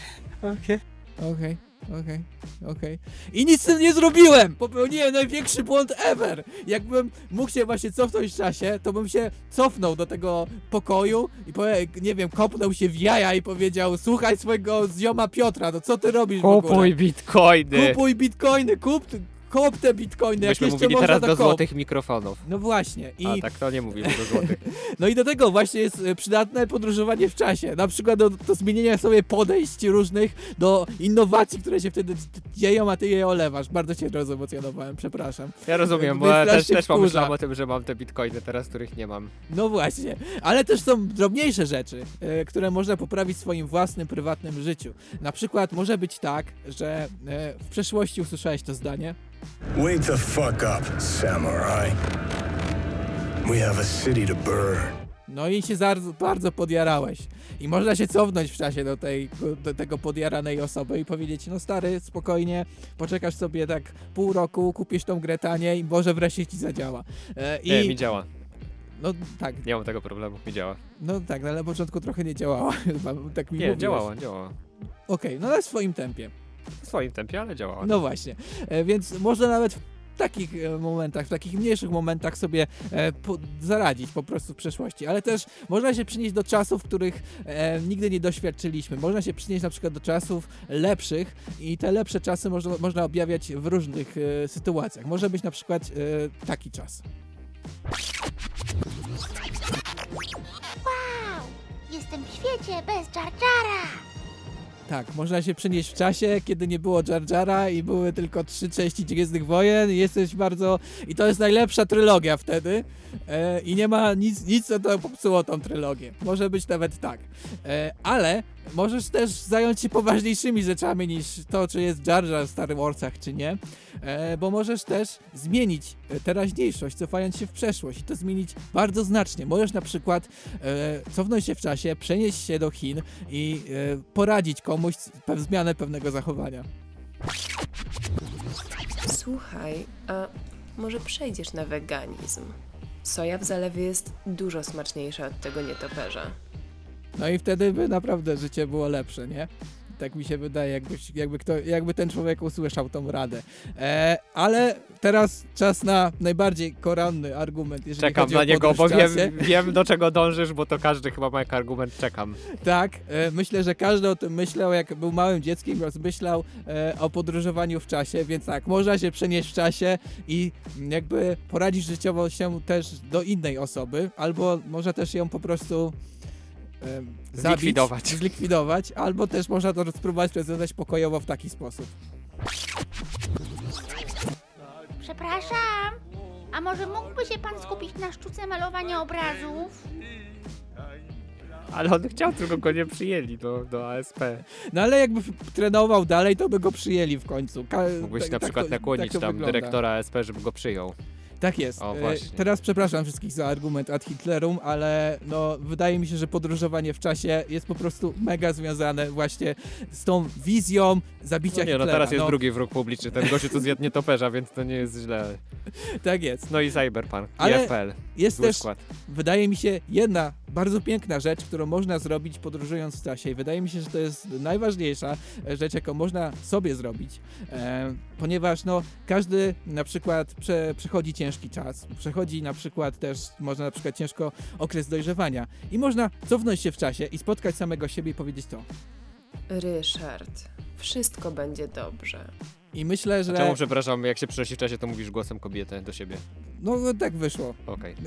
Okej. I nic z tym nie zrobiłem! Popełniłem największy błąd ever! Jakbym mógł się właśnie cofnąć w czasie, to bym się cofnął do tego pokoju i nie wiem, kopnął się w jaja i powiedział: słuchaj swojego zioma Piotra, no co ty robisz w ogóle? Kupuj bitcoiny, kop te bitcoiny. Myśmy mówili teraz do złotych mikrofonów. No właśnie. A tak to nie mówimy do złotych. No i do tego właśnie jest przydatne podróżowanie w czasie. Na przykład do zmienienia sobie podejść różnych, do innowacji, które się wtedy dzieją, a ty je olewasz. Bardzo cię rozemocjonowałem, przepraszam. Ja rozumiem, bo ja też pomyślałem o tym, że mam te bitcoiny teraz, których nie mam. No właśnie. Ale też są drobniejsze rzeczy, które można poprawić w swoim własnym, prywatnym życiu. Na przykład może być tak, że w przeszłości usłyszałeś to zdanie: Wake the fuck up, samurai. We have a city to burn. No i się bardzo podjarałeś. I można się cofnąć w czasie do tego podjaranej osoby i powiedzieć: no stary, spokojnie, poczekasz sobie tak pół roku, kupisz tą grę taniej i może wreszcie ci zadziała. Nie, mi działa. No tak. Nie mam tego problemu, mi działa. No tak, ale na początku trochę nie działała. Tak mi nie, mówiłeś. działała. Okej, no ale w swoim tempie. W swoim tempie, ale działała. No właśnie, więc można nawet w takich momentach, w takich mniejszych momentach sobie zaradzić po prostu w przeszłości, ale też można się przynieść do czasów, których nigdy nie doświadczyliśmy. Można się przynieść na przykład do czasów lepszych i te lepsze czasy można objawiać w różnych sytuacjach. Może być na przykład taki czas. Wow! Jestem w świecie bez Jar Jara! Tak, można się przenieść w czasie, kiedy nie było Jar Jara i były tylko 3 części Gwiezdnych Wojen i to jest najlepsza trylogia wtedy i nie ma nic, co to popsuło tą trylogię. Może być nawet tak. Ale możesz też zająć się poważniejszymi rzeczami niż to, czy jest Jar Jar w Star Warsach, czy nie, bo możesz też zmienić teraźniejszość, cofając się w przeszłość i to zmienić bardzo znacznie. Możesz na przykład cofnąć się w czasie, przenieść się do Chin i poradzić komuś zmianę pewnego zachowania. Słuchaj, a może przejdziesz na weganizm. Soja w zalewie jest dużo smaczniejsza od tego nietoperza. No i wtedy by naprawdę życie było lepsze, nie? Tak mi się wydaje, jakby ten człowiek usłyszał tą radę. Ale teraz czas na najbardziej koronny argument, jeżeli Czekam chodzi na o niego, podróż bo w czasie. wiem do czego dążysz, bo to każdy chyba ma jak argument, czekam. Tak, myślę, że każdy o tym myślał, jak był małym dzieckiem, rozmyślał o podróżowaniu w czasie, więc tak, można się przenieść w czasie i jakby poradzić życiowo się też do innej osoby, albo można też ją po prostu zlikwidować, albo też można to spróbować rozwiązać pokojowo w taki sposób. Przepraszam, a może mógłby się pan skupić na sztuce malowania obrazów? Ale on chciał, tylko go nie przyjęli do ASP. No ale jakby trenował dalej, to by go przyjęli w końcu. Mógłbyś na przykład nakłonić tam wygląda. Dyrektora ASP, żeby go przyjął. Tak jest. O, właśnie. Teraz przepraszam wszystkich za argument ad Hitlerum, ale no, wydaje mi się, że podróżowanie w czasie jest po prostu mega związane właśnie z tą wizją zabicia Hitlera. No teraz jest drugi wróg publiczny, ten gościu tu zjadł nietoperza, więc to nie jest źle. Tak jest. No i Cyberpunk, ale FPL. Jest zły też, skład. wydaje mi się, jedna bardzo piękna rzecz, którą można zrobić podróżując w czasie i wydaje mi się, że to jest najważniejsza rzecz, jaką można sobie zrobić, ponieważ no, każdy na przykład przechodzi ciężki czas, przechodzi na przykład też, można na przykład ciężko okres dojrzewania i można cofnąć się w czasie i spotkać samego siebie i powiedzieć to. Ryszard, wszystko będzie dobrze. I myślę, że... Czemu, przepraszam, jak się przenosi w czasie, to mówisz głosem kobiety do siebie? No tak wyszło. Okej.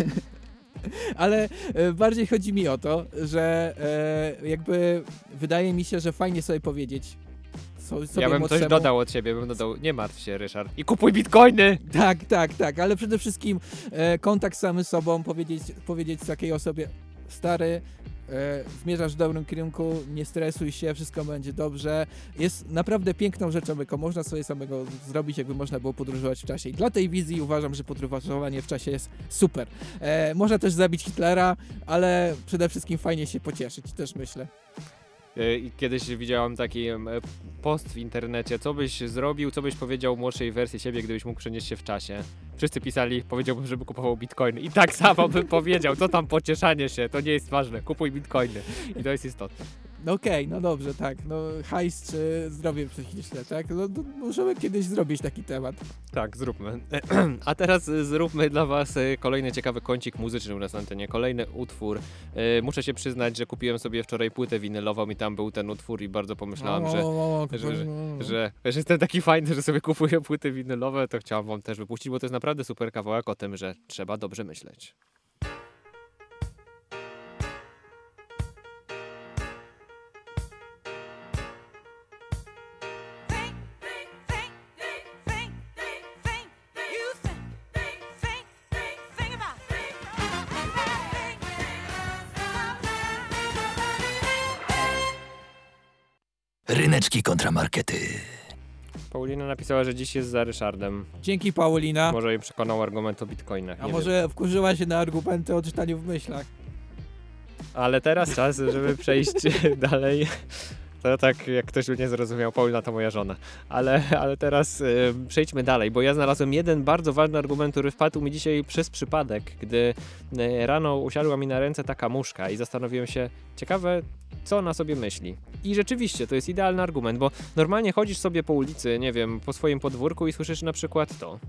Ale bardziej chodzi mi o to, że jakby wydaje mi się, że fajnie sobie powiedzieć sobie ja bym młodszemu... coś dodał od siebie, bym dodał, nie martw się, Ryszard, i kupuj bitcoiny! Tak, ale przede wszystkim kontakt z samym sobą, powiedzieć takiej osobie, stary, zmierzasz w dobrym kierunku, nie stresuj się, wszystko będzie dobrze. Jest naprawdę piękną rzeczą, jaką można sobie samego zrobić, jakby można było podróżować w czasie. I dla tej wizji uważam, że podróżowanie w czasie jest super. Można też zabić Hitlera, ale przede wszystkim fajnie się pocieszyć, też myślę. I kiedyś widziałam taki post w internecie, co byś zrobił, co byś powiedział młodszej wersji siebie, gdybyś mógł przenieść się w czasie. Wszyscy pisali, powiedziałbym, żeby kupował bitcoiny. I tak samo bym powiedział, co tam pocieszanie się, to nie jest ważne, kupuj bitcoiny. I to jest istotne. Okej, no dobrze, tak. No hajs czy zdrowie psychiczne, tak? No, możemy kiedyś zrobić taki temat. Tak, zróbmy. A teraz zróbmy dla was kolejny ciekawy kącik muzyczny u nas na antenie. Kolejny utwór. Muszę się przyznać, że kupiłem sobie wczoraj płytę winylową i tam był ten utwór i bardzo pomyślałem, że jestem taki fajny, że sobie kupuję płyty winylowe, to chciałem wam też wypuścić, bo to jest naprawdę super kawałek o tym, że trzeba dobrze myśleć. Ryneczki kontramarkety. Paulina napisała, że dziś jest za Ryszardem. Dzięki, Paulina. Może jej przekonał argument o bitcoinach. A może wkurzyła się na argumenty o czytaniu w myślach. Ale teraz czas, żeby przejść dalej. To tak, jak ktoś mnie nie zrozumiał, Paulina to moja żona. Ale teraz przejdźmy dalej, bo ja znalazłem jeden bardzo ważny argument, który wpadł mi dzisiaj przez przypadek, gdy rano usiadła mi na ręce taka muszka i zastanowiłem się, ciekawe, co ona sobie myśli. I rzeczywiście, to jest idealny argument, bo normalnie chodzisz sobie po ulicy, nie wiem, po swoim podwórku i słyszysz na przykład to.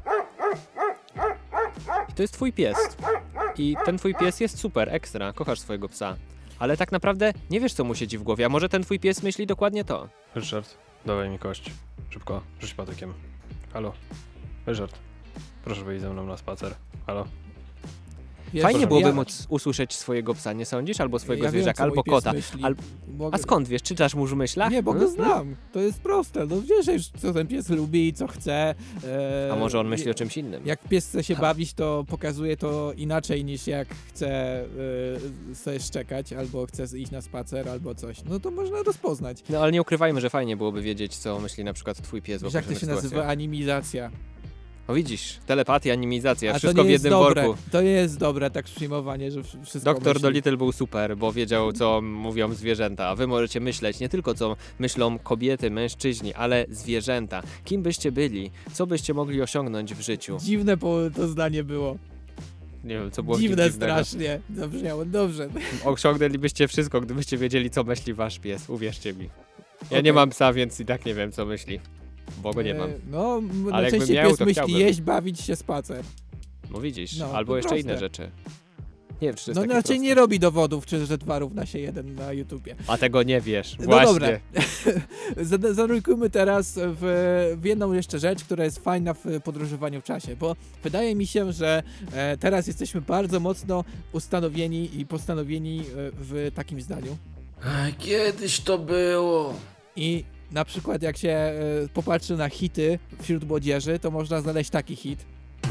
I to jest twój pies. I ten twój pies jest super, ekstra, kochasz swojego psa. Ale tak naprawdę nie wiesz, co mu siedzi w głowie, a może ten twój pies myśli dokładnie to. Ryszard, dawaj mi kość. Szybko, rzuć patykiem. Halo? Ryszard, proszę wyjść ze mną na spacer. Halo? Fajnie byłoby móc usłyszeć swojego psa, nie sądzisz? Albo swojego zwierzaka, albo kota. A skąd wiesz? Czytasz mu w myślach? Nie, bo go znam. To jest proste. No wiesz, co ten pies lubi, co chce. A może on myśli o czymś innym? Jak pies chce się bawić, to pokazuje to inaczej niż jak chce sobie szczekać, albo chce iść na spacer, albo coś. No to można rozpoznać. No ale nie ukrywajmy, że fajnie byłoby wiedzieć, co myśli na przykład twój pies. Wiesz, jak to się nazywa? Animizacja. No widzisz, telepatia, animizacja, A wszystko to w nie jest jednym dobre. worku. To nie jest dobre, tak przyjmowanie, że wszystko Doktor myśli. Dolittle był super, bo wiedział, co mówią zwierzęta, a wy możecie myśleć nie tylko, co myślą kobiety, mężczyźni, ale zwierzęta. Kim byście byli? Co byście mogli osiągnąć w życiu? Dziwne to zdanie było. Nie wiem, co było Dziwne dziwnego. strasznie. Zabrzmiało dobrze. Osiągnęlibyście wszystko, gdybyście wiedzieli, co myśli wasz pies, uwierzcie mi. Ja Okej. nie mam psa, więc i tak nie wiem, co myśli. Bo go nie mam. No, Ale jakbym najczęściej miał, pies to myśli chciałbym. jeść, bawić się, spacer. No widzisz, No, albo to jeszcze proste. inne rzeczy. Nie wiem, czy to jest No takie raczej proste. nie robi dowodów, czy że 2 równa się 1 na YouTubie. A tego nie wiesz, No właśnie. dobra. Zanurkujmy teraz w jedną jeszcze rzecz, która jest fajna w podróżowaniu w czasie, bo wydaje mi się, że teraz jesteśmy bardzo mocno ustanowieni i postanowieni w takim zdaniu. Kiedyś to było. I na przykład jak się popatrzy na hity wśród młodzieży, to można znaleźć taki hit.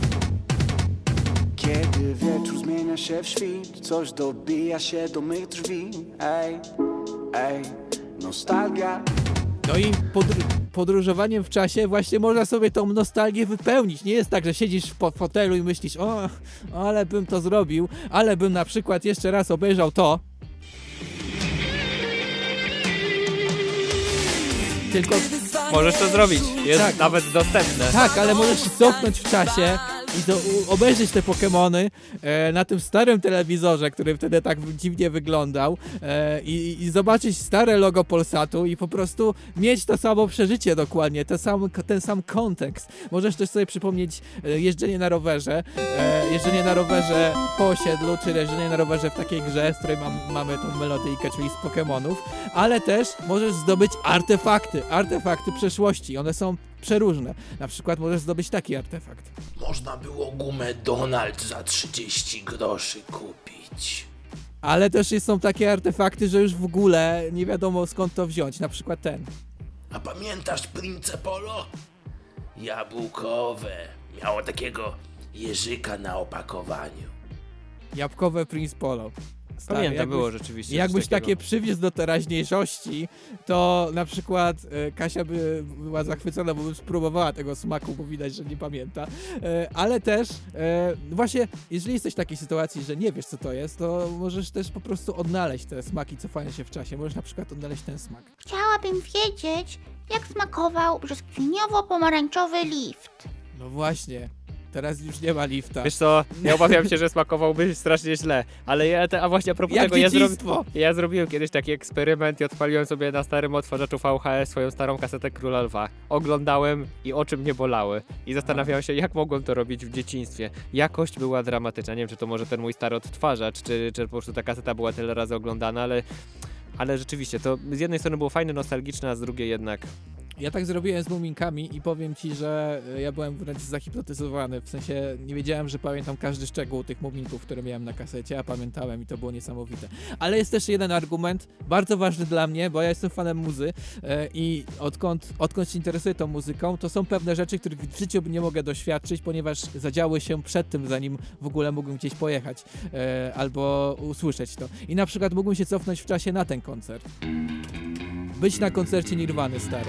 Kiedy wieczór zmienia się w świt, coś dobija się do mych drzwi. Ej, nostalgia. No i podróżowaniem w czasie właśnie można sobie tą nostalgię wypełnić. Nie jest tak, że siedzisz w fotelu i myślisz, o, ale bym to zrobił, ale bym na przykład jeszcze raz obejrzał to. Tylko... Możesz to zrobić, jest Tak. nawet dostępne. Tak, ale możesz się cofnąć w czasie i obejrzeć te Pokemony na tym starym telewizorze, który wtedy tak dziwnie wyglądał i zobaczyć stare logo Polsatu i po prostu mieć to samo przeżycie dokładnie, ten sam kontekst. Możesz też sobie przypomnieć jeżdżenie na rowerze po osiedlu, czy jeżdżenie na rowerze w takiej grze, z której mamy tą melodyjkę, czyli z Pokemonów, ale też możesz zdobyć artefakty przeszłości. One są przeróżne. Na przykład możesz zdobyć taki artefakt. Można było gumę Donald za 30 groszy kupić. Ale też są takie artefakty, że już w ogóle nie wiadomo skąd to wziąć. Na przykład ten. A pamiętasz Prince Polo? Jabłkowe. Miało takiego jeżyka na opakowaniu. Jabłkowe Prince Polo. Stary, Pamiętam, było rzeczywiście. Jakbyś coś takiego. takie przywiózł do teraźniejszości, to na przykład Kasia by była zachwycona, bo by spróbowała tego smaku, bo widać, że nie pamięta. Ale też właśnie, jeżeli jesteś w takiej sytuacji, że nie wiesz co to jest, to możesz też po prostu odnaleźć te smaki cofają się w czasie. Możesz na przykład odnaleźć ten smak. Chciałabym wiedzieć, jak smakował brzoskwiniowo-pomarańczowy lift. No właśnie. Teraz już nie ma lifta. Wiesz co, ja obawiam się, że smakowałby strasznie źle, ale a właśnie a propos Jak tego, dzieciństwo. ja zrobiłem kiedyś taki eksperyment i odpaliłem sobie na starym odtwarzaczu VHS swoją starą kasetę Króla Lwa. Oglądałem i oczy mnie bolały i zastanawiałem się, jak mogłem to robić w dzieciństwie. Jakość była dramatyczna, nie wiem, czy to może ten mój stary odtwarzacz, czy po prostu ta kaseta była tyle razy oglądana, ale rzeczywiście, to z jednej strony było fajne, nostalgiczne, a z drugiej jednak... Ja tak zrobiłem z Muminkami i powiem ci, że ja byłem wręcz zahipnotyzowany, w sensie nie wiedziałem, że pamiętam każdy szczegół tych Muminków, które miałem na kasecie, a pamiętałem i to było niesamowite. Ale jest też jeden argument, bardzo ważny dla mnie, bo ja jestem fanem muzy i odkąd się interesuję tą muzyką, to są pewne rzeczy, których w życiu nie mogę doświadczyć, ponieważ zadziały się przed tym, zanim w ogóle mógłbym gdzieś pojechać albo usłyszeć to. I na przykład mógłbym się cofnąć w czasie na ten koncert. Być na koncercie Nirwany, stary.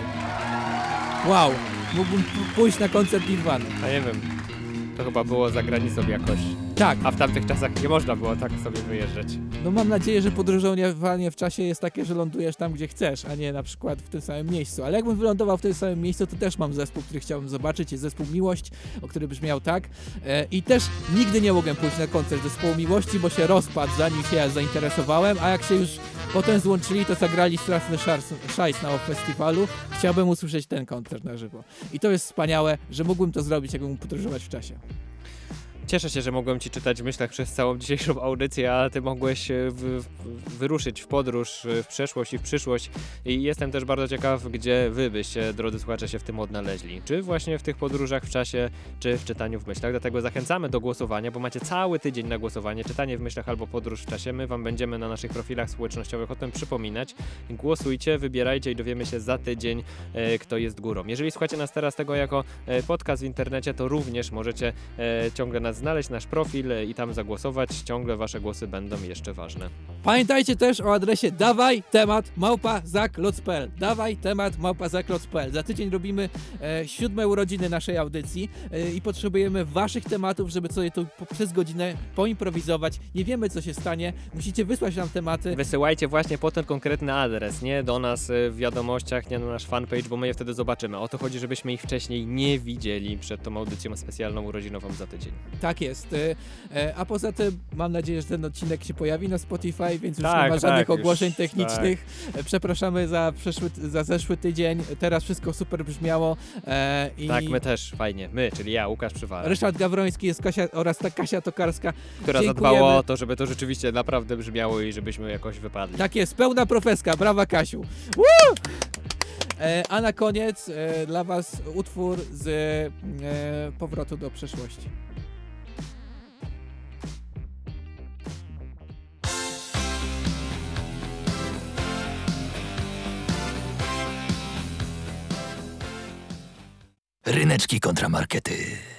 Wow, mógłbym pójść na koncert Nirwany. A nie wiem, to chyba było za granicą jakoś. Tak. A w tamtych czasach nie można było tak sobie wyjeżdżać. No mam nadzieję, że podróżowanie w czasie jest takie, że lądujesz tam, gdzie chcesz, a nie na przykład w tym samym miejscu. Ale jakbym wylądował w tym samym miejscu, to też mam zespół, który chciałbym zobaczyć. Jest zespół Miłość, o który brzmiał tak. I też nigdy nie mogłem pójść na koncert zespołu Miłości, bo się rozpadł, zanim się ja zainteresowałem, a jak się już potem złączyli, to zagrali straszny szajs na festiwalu. Chciałbym usłyszeć ten koncert na żywo. I to jest wspaniałe, że mógłbym to zrobić, jakbym mógł podróżować w czasie. Cieszę się, że mogłem Ci czytać w myślach przez całą dzisiejszą audycję, a Ty mogłeś wyruszyć w podróż, w przeszłość i w przyszłość. I jestem też bardzo ciekaw, gdzie Wy byście, drodzy słuchacze, się w tym odnaleźli. Czy właśnie w tych podróżach w czasie, czy w czytaniu w myślach. Dlatego zachęcamy do głosowania, bo macie cały tydzień na głosowanie. Czytanie w myślach albo podróż w czasie. My Wam będziemy na naszych profilach społecznościowych o tym przypominać. Głosujcie, wybierajcie i dowiemy się za tydzień, kto jest górą. Jeżeli słuchacie nas teraz tego jako podcast w internecie, to również możecie ciągle nas znaleźć, nasz profil i tam zagłosować. Ciągle Wasze głosy będą jeszcze ważne. Pamiętajcie też o adresie dawaj@zakloc.pl. dawaj@zakloc.pl. Za tydzień robimy 7 urodziny naszej audycji i potrzebujemy waszych tematów, żeby sobie tu przez godzinę poimprowizować. Nie wiemy, co się stanie. Musicie wysłać nam tematy. Wysyłajcie właśnie po ten konkretny adres, nie do nas w wiadomościach, nie na nasz fanpage, bo my je wtedy zobaczymy. O to chodzi, żebyśmy ich wcześniej nie widzieli przed tą audycją specjalną urodzinową za tydzień. Tak jest. A poza tym mam nadzieję, że ten odcinek się pojawi na Spotify, więc już nie ma żadnych ogłoszeń technicznych. Przepraszamy za zeszły tydzień. Teraz wszystko super brzmiało. Tak, my też. Fajnie. My, czyli ja, Łukasz Przywara. Ryszard Gawroński jest oraz Kasia Tokarska. Która zadbała o to, żeby to rzeczywiście naprawdę brzmiało i żebyśmy jakoś wypadli. Tak jest, pełna profeska. Brawa, Kasiu. Woo! A na koniec dla was utwór z Powrotu do przeszłości. Ryneczki kontramarkety.